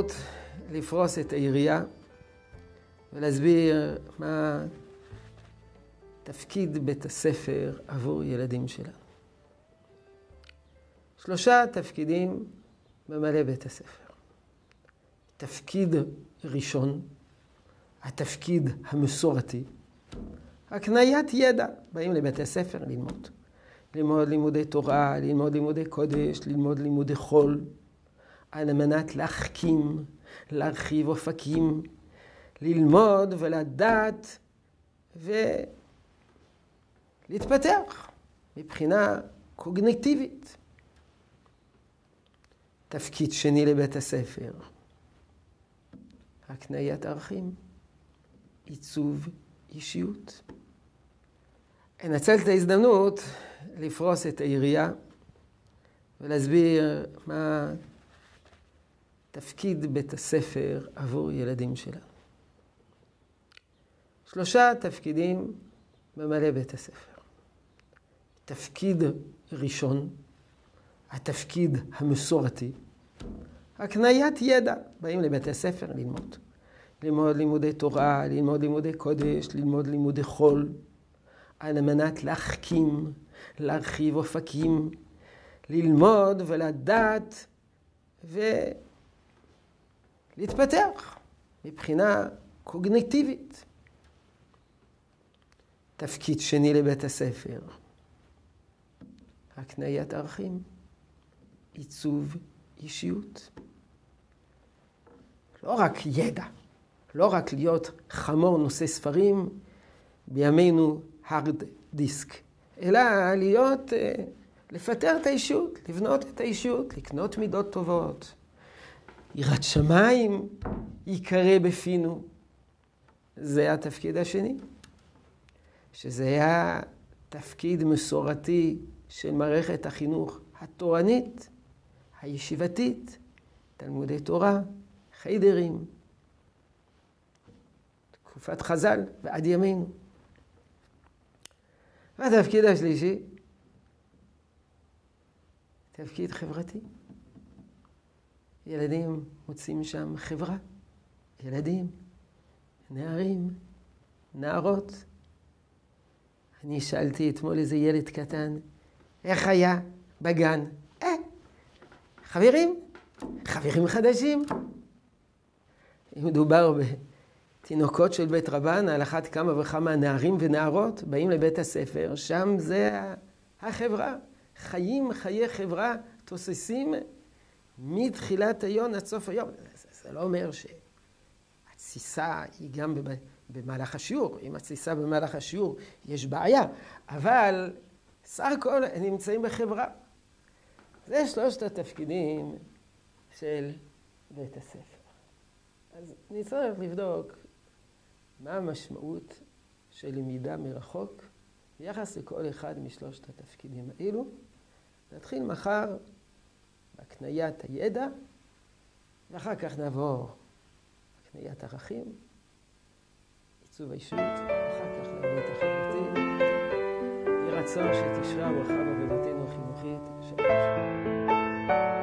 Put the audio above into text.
ההזדמנות לפרוס את היריעה ולהסביר מה תפקיד בית הספר עבור ילדים שלנו. 3 תפקידים ממלא בית הספר. תפקיד ראשון, התפקיד המסורתי, הקניית ידע. באים לבית הספר ללמוד. ללמוד לימודי תורה, ללמוד לימודי קודש, ללמוד לימודי חול, על מנת להחכים, להרחיב אופקים, ללמוד ולדעת ולהתפתח מבחינה קוגניטיבית. תפקיד שני לבית הספר, הקניית ערכים, עיצוב אישיות. אנצל את ההזדמנות לפרוס את היריעה ולהסביר מה תפקיד בית הספר עבור ילדים שלנו. 3 תפקידים ממלא בית הספר. תפקיד ראשון, התפקיד המסורתי, הקניית ידע. באים לבית הספר ללמוד. ללמוד לימודי תורה, ללמוד לימודי קודש, ללמוד לימודי חול, על מנת להחכים, להרחיב אופקים, ללמוד ולדעת ולהתפתח מבחינה קוגניטיבית. תפקיד שני לבית הספר, הקניית ערכים, עיצוב אישיות. לא רק ידע, לא רק להיות חמור נושא ספרים בימינו hard disk, אלא להיות, לפתח את האישות, לבנות את האישות, לקנות מידות טובות. יראת שמיים יקרא בפינו. זה התפקיד השני, שזה היה תפקיד מסורתי של מערכת החינוך התורנית, הישיבתית, תלמודי תורה, חיידרים, תקופת חז"ל ועד ימינו. והתפקיד השלישי, תפקיד חברתי. ילדים מוצאים שם חברה. ילדים, נערים, נערות. אני שאלתי אתמול איזה ילד קטן, איך היה בגן? חברים חדשים. אם מדובר בתינוקות של בית רבן, על אחת כמה וכמה נערים ונערות באים לבית הספר, שם זה החברה. חיים, חיי חברה תוססים מתחילת היום עד סוף היום. זה לא אומר שהתסיסה היא גם במהלך השיעור. אם התסיסה במהלך השיעור יש בעיה, אבל סך הכל נמצאים בחברה. זה 3 התפקידים של בית הספר. אז נצטרך לבדוק מה המשמעות של למידה מרחוק ביחס לכל אחד מ3 התפקידים האלו. נתחיל מחר בהקניית הידע, ואחר כך נעבור בהקניית ערכים, עיצוב האישות, ואחר כך להביא את החברתי. יהי רצון שתשרה ברכה בעבודתנו החינוכית. שלום.